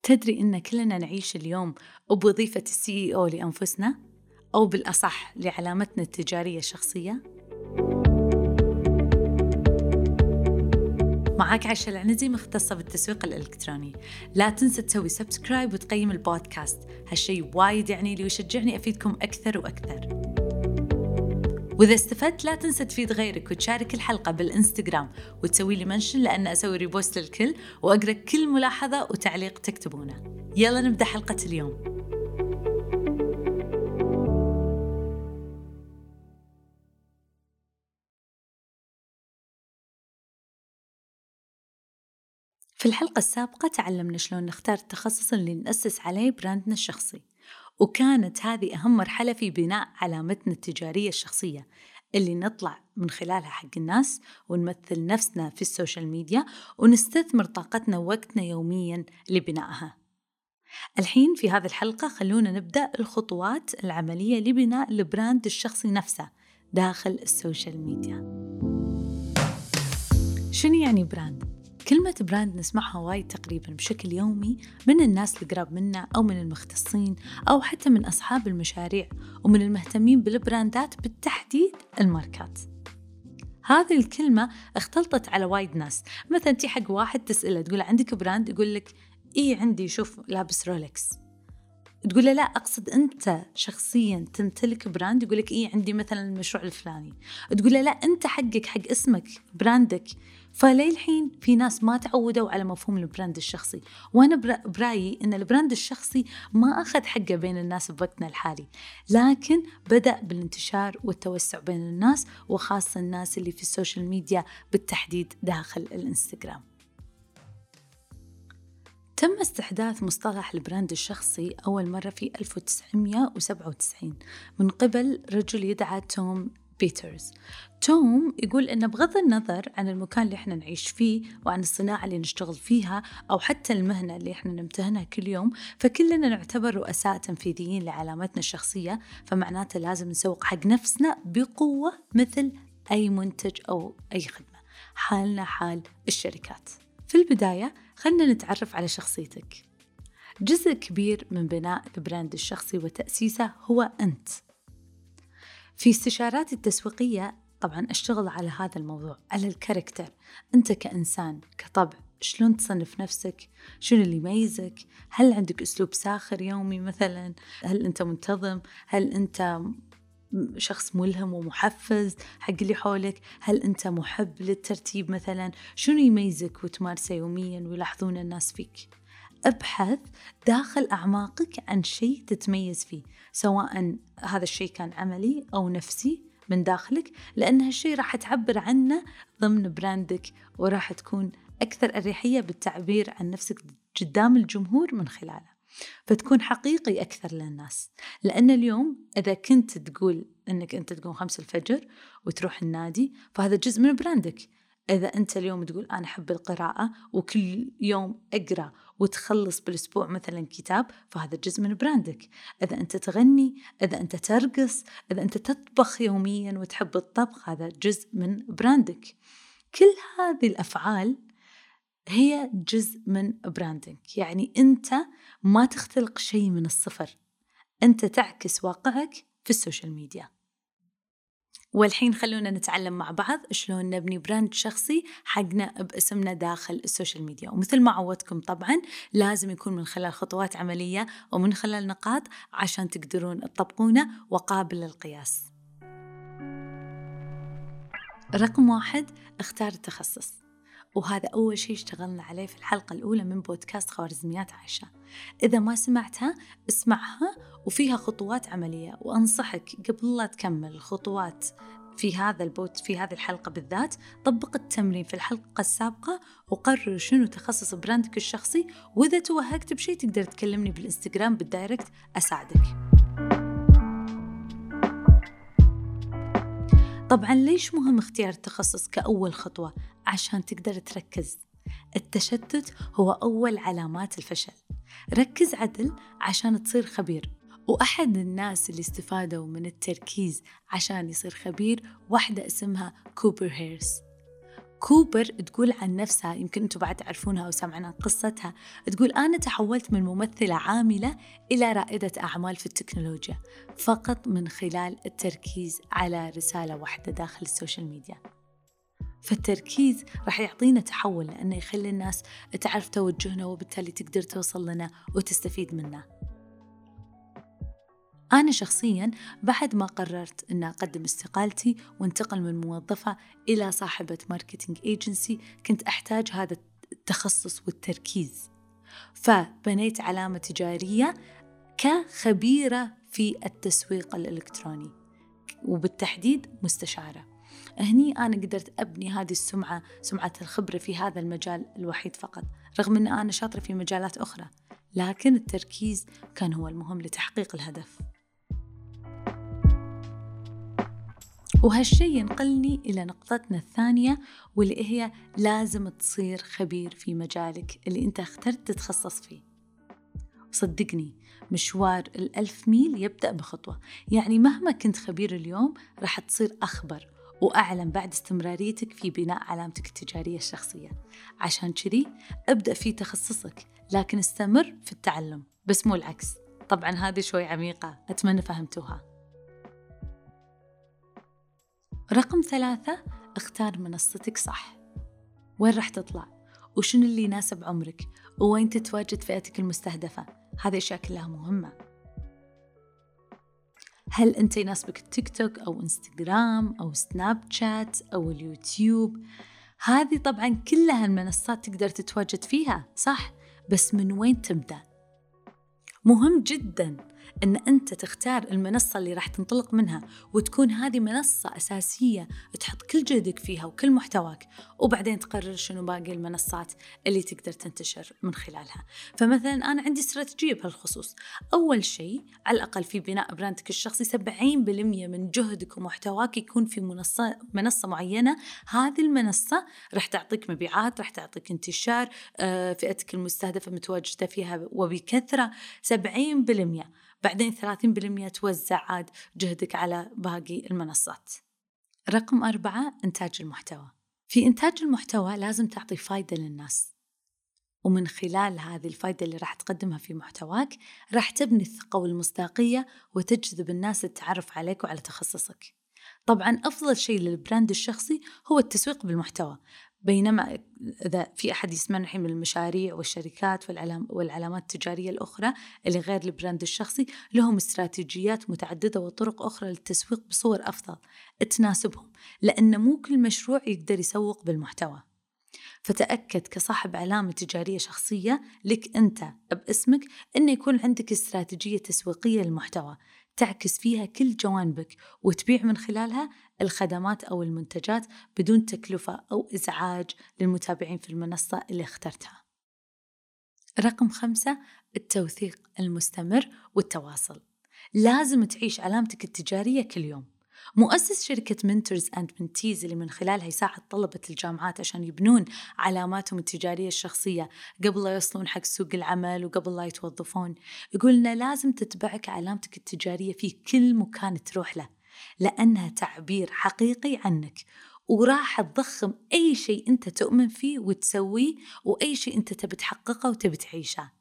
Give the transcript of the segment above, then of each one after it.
تدري إن كلنا نعيش اليوم بوظيفة CEO لأنفسنا، أو بالأصح لعلامتنا التجارية الشخصية؟ معاك عائشة العنزي مختصة بالتسويق الإلكتروني. لا تنسى تسوي سبسكرايب وتقيم البودكاست، هالشي وايد يعني لي ويشجعني أفيدكم أكثر وأكثر. وإذا استفدت لا تنسى تفيد غيرك وتشارك الحلقة بالإنستغرام وتسوي لي منشن، لأن أسوي ريبوست للكل وأقرأ كل ملاحظة وتعليق تكتبونه. يلا نبدأ حلقة اليوم. في الحلقة السابقة تعلمنا شلون نختار التخصص اللي نأسس عليه براندنا الشخصي، وكانت هذه أهم مرحلة في بناء علامتنا التجارية الشخصية اللي نطلع من خلالها حق الناس ونمثل نفسنا في السوشيال ميديا ونستثمر طاقتنا ووقتنا يومياً لبنائها. الحين في هذه الحلقة خلونا نبدأ الخطوات العملية لبناء البراند الشخصي نفسه داخل السوشيال ميديا. شنو يعني براند؟ كلمة براند نسمعها وايد تقريباً بشكل يومي من الناس القراب منا أو من المختصين أو حتى من أصحاب المشاريع ومن المهتمين بالبراندات، بالتحديد الماركات. هذه الكلمة اختلطت على وايد ناس. مثلاً تي حق واحد تسأله تقول عندك براند، يقول لك إيه عندي، شوف لابس رولكس. تقول له لا أقصد أنت شخصياً تمتلك براند، يقول لك إيه عندي مثلاً المشروع الفلاني. تقول له لا أنت حقك حق اسمك براندك. فلي الحين في ناس ما تعودوا على مفهوم البراند الشخصي، وأنا برأيي إن البراند الشخصي ما أخذ حقه بين الناس بوقتنا الحالي، لكن بدأ بالانتشار والتوسع بين الناس، وخاصة الناس اللي في السوشيال ميديا بالتحديد داخل الإنستغرام. تم استحداث مصطلح البراند الشخصي أول مرة في 1997 من قبل رجل يدعى توم بيترز. توم يقول إن بغض النظر عن المكان اللي احنا نعيش فيه وعن الصناعة اللي نشتغل فيها أو حتى المهنة اللي احنا نمتهنها كل يوم، فكلنا نعتبر رؤساء تنفيذيين لعلامتنا الشخصية، فمعناته لازم نسوق حق نفسنا بقوة مثل أي منتج أو أي خدمة. حالنا حال الشركات. في البداية خلنا نتعرف على شخصيتك. جزء كبير من بناء البراند الشخصي وتأسيسه هو أنت. في استشاراتي التسويقية طبعا أشتغل على هذا الموضوع، على الكاركتر. أنت كإنسان كطبع شلون تصنف نفسك؟ شنو اللي يميزك؟ هل عندك أسلوب ساخر يومي مثلا؟ هل أنت منتظم؟ هل أنت شخص ملهم ومحفز حق اللي حولك؟ هل أنت محب للترتيب مثلا؟ شنو يميزك وتمارسه يوميا ويلاحظون الناس فيك؟ أبحث داخل أعماقك عن شيء تتميز فيه، سواء هذا الشيء كان عملي أو نفسي من داخلك، لأن هالشيء راح تعبر عنه ضمن براندك، وراح تكون أكثر أريحية بالتعبير عن نفسك قدام الجمهور من خلاله، فتكون حقيقي أكثر للناس. لأن اليوم إذا كنت تقول أنك أنت تقوم 5 الفجر وتروح النادي، فهذا جزء من براندك. إذا أنت اليوم تقول أنا أحب القراءة وكل يوم أقرأ وتخلص بالأسبوع مثلا كتاب، فهذا جزء من براندك. إذا أنت تغني، إذا أنت ترقص، إذا أنت تطبخ يوميا وتحب الطبخ، هذا جزء من براندك. كل هذه الأفعال هي جزء من براندك. يعني أنت ما تختلق شيء من الصفر، أنت تعكس واقعك في السوشيال ميديا. والحين خلونا نتعلم مع بعض شلون نبني براند شخصي حقنا باسمنا داخل السوشيال ميديا. ومثل ما عودتكم طبعا لازم يكون من خلال خطوات عملية ومن خلال نقاط عشان تقدرون تطبقونه وقابل للقياس. رقم 1، اختار التخصص، وهذا أول شيء اشتغلنا عليه في الحلقة الأولى من بودكاست خوارزميات عائشة. إذا ما سمعتها اسمعها، وفيها خطوات عملية، وأنصحك قبل لا تكمل الخطوات في هذه الحلقة بالذات، طبق التمرين في الحلقة السابقة وقرر شنو تخصص براندك الشخصي. وإذا توهقت بشيء تقدر تكلمني بالإنستغرام بالدايركت أساعدك. طبعاً ليش مهم اختيار التخصص كأول خطوة؟ عشان تقدر تركز. التشتت هو أول علامات الفشل. ركز عدل عشان تصير خبير. وأحد الناس اللي استفادوا من التركيز عشان يصير خبير واحدة اسمها كوبر هيرس. كوبر تقول عن نفسها، يمكن أنتم بعد تعرفونها أو سمعنا عن قصتها، تقول أنا تحولت من ممثلة عاملة إلى رائدة أعمال في التكنولوجيا فقط من خلال التركيز على رسالة واحدة داخل السوشيال ميديا. فالتركيز راح يعطينا تحول، لأنه يخلي الناس تعرف توجهنا وبالتالي تقدر توصل لنا وتستفيد منا. أنا شخصياً بعد ما قررت أن أقدم استقالتي وانتقل من موظفة إلى صاحبة ماركتينج ايجنسي، كنت أحتاج هذا التخصص والتركيز، فبنيت علامة تجارية كخبيرة في التسويق الإلكتروني وبالتحديد مستشارة. هني أنا قدرت أبني هذه السمعة، سمعة الخبرة في هذا المجال الوحيد فقط، رغم أن أنا شاطرة في مجالات أخرى، لكن التركيز كان هو المهم لتحقيق الهدف. وهالشي ينقلني إلى نقطتنا الثانية، واللي هي لازم تصير خبير في مجالك اللي أنت اخترت تتخصص فيه. صدقني مشوار 1000 ميل يبدأ بخطوة، يعني مهما كنت خبير اليوم راح تصير أخبر وأعلم بعد استمراريتك في بناء علامتك التجارية الشخصية. عشان كذي ابدأ في تخصصك، لكن استمر في التعلم، بس مو العكس. طبعا هذه شوي عميقة، أتمنى فهمتوها. رقم 3، اختار منصتك صح. وين راح تطلع؟ وشنو اللي يناسب عمرك؟ وين تتواجد فئتك المستهدفة؟ هذه أشياء كلها مهمة. هل أنت يناسبك التيك توك أو إنستغرام أو سناب شات أو اليوتيوب؟ هذه طبعا كلها المنصات تقدر تتواجد فيها صح، بس من وين تبدأ؟ مهم جداً أن أنت تختار المنصة اللي راح تنطلق منها، وتكون هذه منصة أساسية تحط كل جهدك فيها وكل محتواك، وبعدين تقرر شنو باقي المنصات اللي تقدر تنتشر من خلالها. فمثلاً أنا عندي استراتيجية بهالخصوص. أول شيء على الأقل في بناء براندك الشخصي 70% من جهدك ومحتواك يكون في منصة معينة. هذه المنصة راح تعطيك مبيعات، راح تعطيك انتشار، فئتك المستهدفة متواجدة فيها وبكثرة 70%. بعدين 30% توزع عاد جهدك على باقي المنصات. رقم 4، إنتاج المحتوى. في إنتاج المحتوى لازم تعطي فايدة للناس، ومن خلال هذه الفايدة اللي راح تقدمها في محتواك راح تبني الثقة والمصداقية وتجذب الناس للتعرف عليك وعلى تخصصك. طبعاً أفضل شيء للبراند الشخصي هو التسويق بالمحتوى، بينما إذا في أحد يسمعنا الحين من المشاريع والشركات والعلامات التجارية الأخرى اللي غير البراند الشخصي، لهم استراتيجيات متعددة وطرق أخرى للتسويق بصور أفضل تناسبهم، لأن مو كل مشروع يقدر يسوق بالمحتوى. فتأكد كصاحب علامة تجارية شخصية لك أنت باسمك أن يكون عندك استراتيجية تسويقية للمحتوى تعكس فيها كل جوانبك، وتبيع من خلالها الخدمات أو المنتجات بدون تكلفة أو إزعاج للمتابعين في المنصة اللي اخترتها. رقم 5، التوثيق المستمر والتواصل. لازم تعيش علامتك التجارية كل يوم. مؤسس شركة منتورز أند منتيز اللي من خلالها يساعد طلبة الجامعات عشان يبنون علاماتهم التجارية الشخصية قبل لا يوصلون حق سوق العمل وقبل لا يتوظفون، يقولنا لازم تتبعك علامتك التجارية في كل مكان تروح له، لأنها تعبير حقيقي عنك، وراح تضخم أي شيء أنت تؤمن فيه وتسويه، وأي شيء أنت تبي تحققه وتبي تعيشه.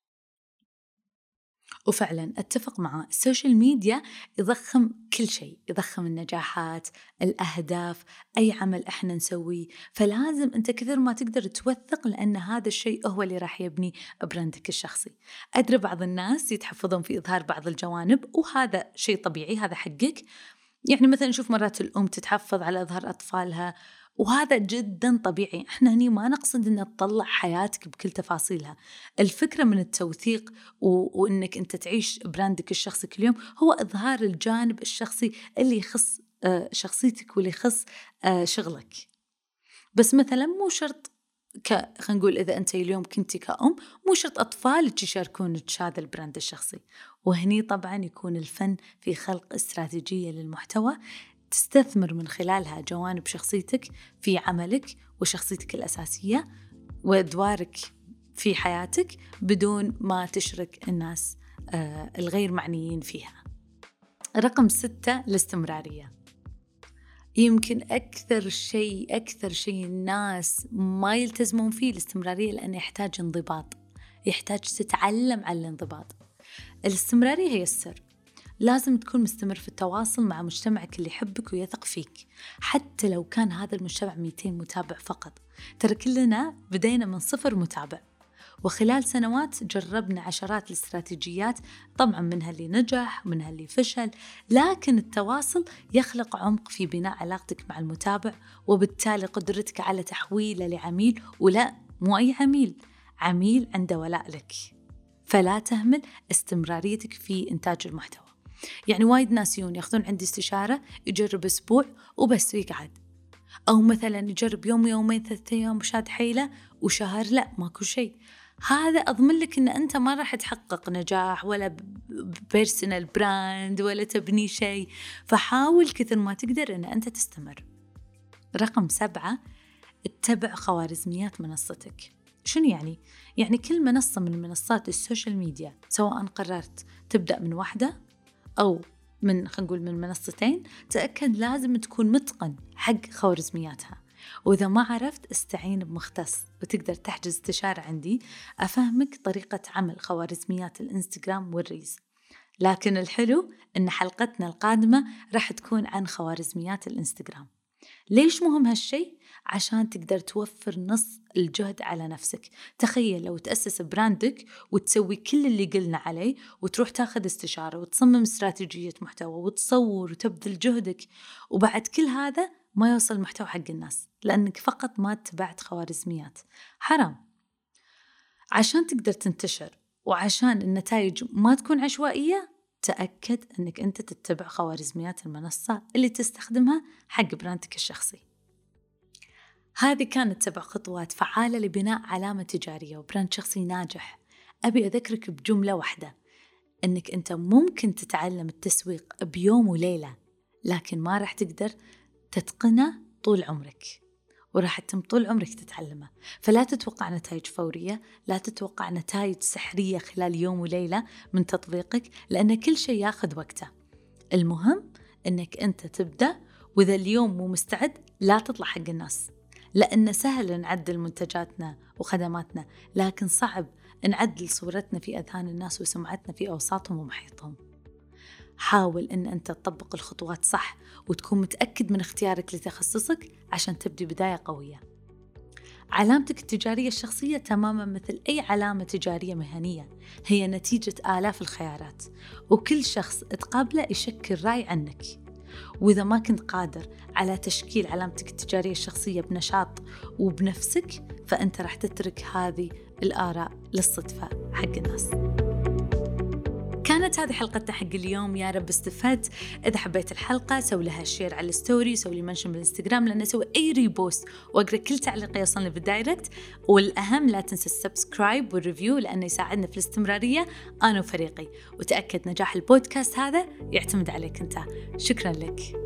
وفعلا أتفق معه، السوشيال ميديا يضخم كل شيء، يضخم النجاحات، الأهداف، أي عمل إحنا نسويه، فلازم أنت كثير ما تقدر توثق، لأن هذا الشيء هو اللي راح يبني براندك الشخصي. أدري بعض الناس يتحفظون في إظهار بعض الجوانب، وهذا شيء طبيعي، هذا حقك. يعني مثلا نشوف مرات الأم تتحفظ على إظهار أطفالها، وهذا جدا طبيعي. احنا هني ما نقصد ان تطلع حياتك بكل تفاصيلها. الفكرة من التوثيق وانك انت تعيش براندك الشخصي كل يوم هو اظهار الجانب الشخصي اللي يخص شخصيتك واللي يخص شغلك. بس مثلا مو شرط خلينا نقول إذا أنت اليوم كنتي كأم، مو شرط أطفالك يشاركونك هذا البراند الشخصي. وهني طبعا يكون الفن في خلق استراتيجية للمحتوى تستثمر من خلالها جوانب شخصيتك في عملك وشخصيتك الأساسية وأدوارك في حياتك بدون ما تشرك الناس الغير معنيين فيها. رقم 6، الاستمرارية. يمكن أكثر شيء الناس ما يلتزمون فيه الاستمرارية، لأنه يحتاج انضباط، يحتاج تتعلم على الانضباط. الاستمرارية هي السر. لازم تكون مستمر في التواصل مع مجتمعك اللي يحبك ويثق فيك، حتى لو كان هذا المجتمع 200 متابع فقط. ترى كلنا بدينا من 0 متابع، وخلال سنوات جربنا عشرات الاستراتيجيات، طبعا منها اللي نجح ومنها اللي فشل، لكن التواصل يخلق عمق في بناء علاقتك مع المتابع، وبالتالي قدرتك على تحويله لعميل، ولا مو أي عميل عنده ولاء لك. فلا تهمل استمراريتك في إنتاج المحتوى. يعني وايد ناس ياخذون عندي استشارة، يجرب أسبوع وبس ويقعد، أو مثلا يجرب يوم يومين 3 أيام وشاد حيلة، وشهر لا ماكو شيء. هذا أضمن لك أن أنت ما راح تحقق نجاح ولا بيرسونال براند ولا تبني شيء. فحاول كثر ما تقدر أن أنت تستمر. رقم 7، اتبع خوارزميات منصتك. شنو يعني؟ يعني كل منصة من منصات السوشيال ميديا، سواء قررت تبدأ من واحدة أو خلينا نقول من منصتين، تأكد لازم تكون متقن حق خوارزمياتها. وإذا ما عرفت استعين بمختص، وتقدر تحجز استشارة عندي أفهمك طريقة عمل خوارزميات الإنستغرام والريلز. لكن الحلو إن حلقتنا القادمة راح تكون عن خوارزميات الإنستغرام. ليش مهم هالشي؟ عشان تقدر توفر نص الجهد على نفسك. تخيل لو تأسس براندك وتسوي كل اللي قلنا عليه، وتروح تاخذ استشارة وتصمم استراتيجية محتوى وتصور وتبذل جهدك، وبعد كل هذا ما يوصل محتوى حق الناس لأنك فقط ما اتبعت خوارزميات. حرام. عشان تقدر تنتشر وعشان النتائج ما تكون عشوائية، تأكد أنك أنت تتبع خوارزميات المنصة اللي تستخدمها حق براندك الشخصي. هذه كانت 7 خطوات فعالة لبناء علامة تجارية وبراند شخصي ناجح. أبي أذكرك بجملة واحدة، أنك أنت ممكن تتعلم التسويق بيوم وليلة، لكن ما راح تقدر تتقنه طول عمرك، وراح تتم طول عمرك تتعلمه. فلا تتوقع نتائج فورية، لا تتوقع نتائج سحرية خلال يوم وليلة من تطبيقك، لأن كل شيء ياخذ وقته. المهم أنك أنت تبدأ، وإذا اليوم مو مستعد لا تطلع حق الناس، لأن سهل نعدل منتجاتنا وخدماتنا، لكن صعب نعدل صورتنا في أذهان الناس وسمعتنا في أوساطهم ومحيطهم. حاول أن أنت تطبق الخطوات صح، وتكون متأكد من اختيارك لتخصصك عشان تبدي بداية قوية. علامتك التجارية الشخصية تماما مثل أي علامة تجارية مهنية، هي نتيجة آلاف الخيارات، وكل شخص تقابله يشكل رأي عنك. وإذا ما كنت قادر على تشكيل علامتك التجارية الشخصية بنشاط وبنفسك، فأنت راح تترك هذه الآراء للصدفة حق الناس. كانت هذه حلقتنا حق اليوم، يا رب استفدت. إذا حبيت الحلقة سوي لها شير على الستوري، سوي لي منشن بالإنستغرام، لأن أسوي أي ريبوست وأقرأ كل تعليق يوصلني بالدايركت. والأهم لا تنسى السبسكرايب والريفيو، لأنه يساعدنا في الاستمرارية أنا وفريقي. وتأكد نجاح البودكاست هذا يعتمد عليك أنت. شكرا لك.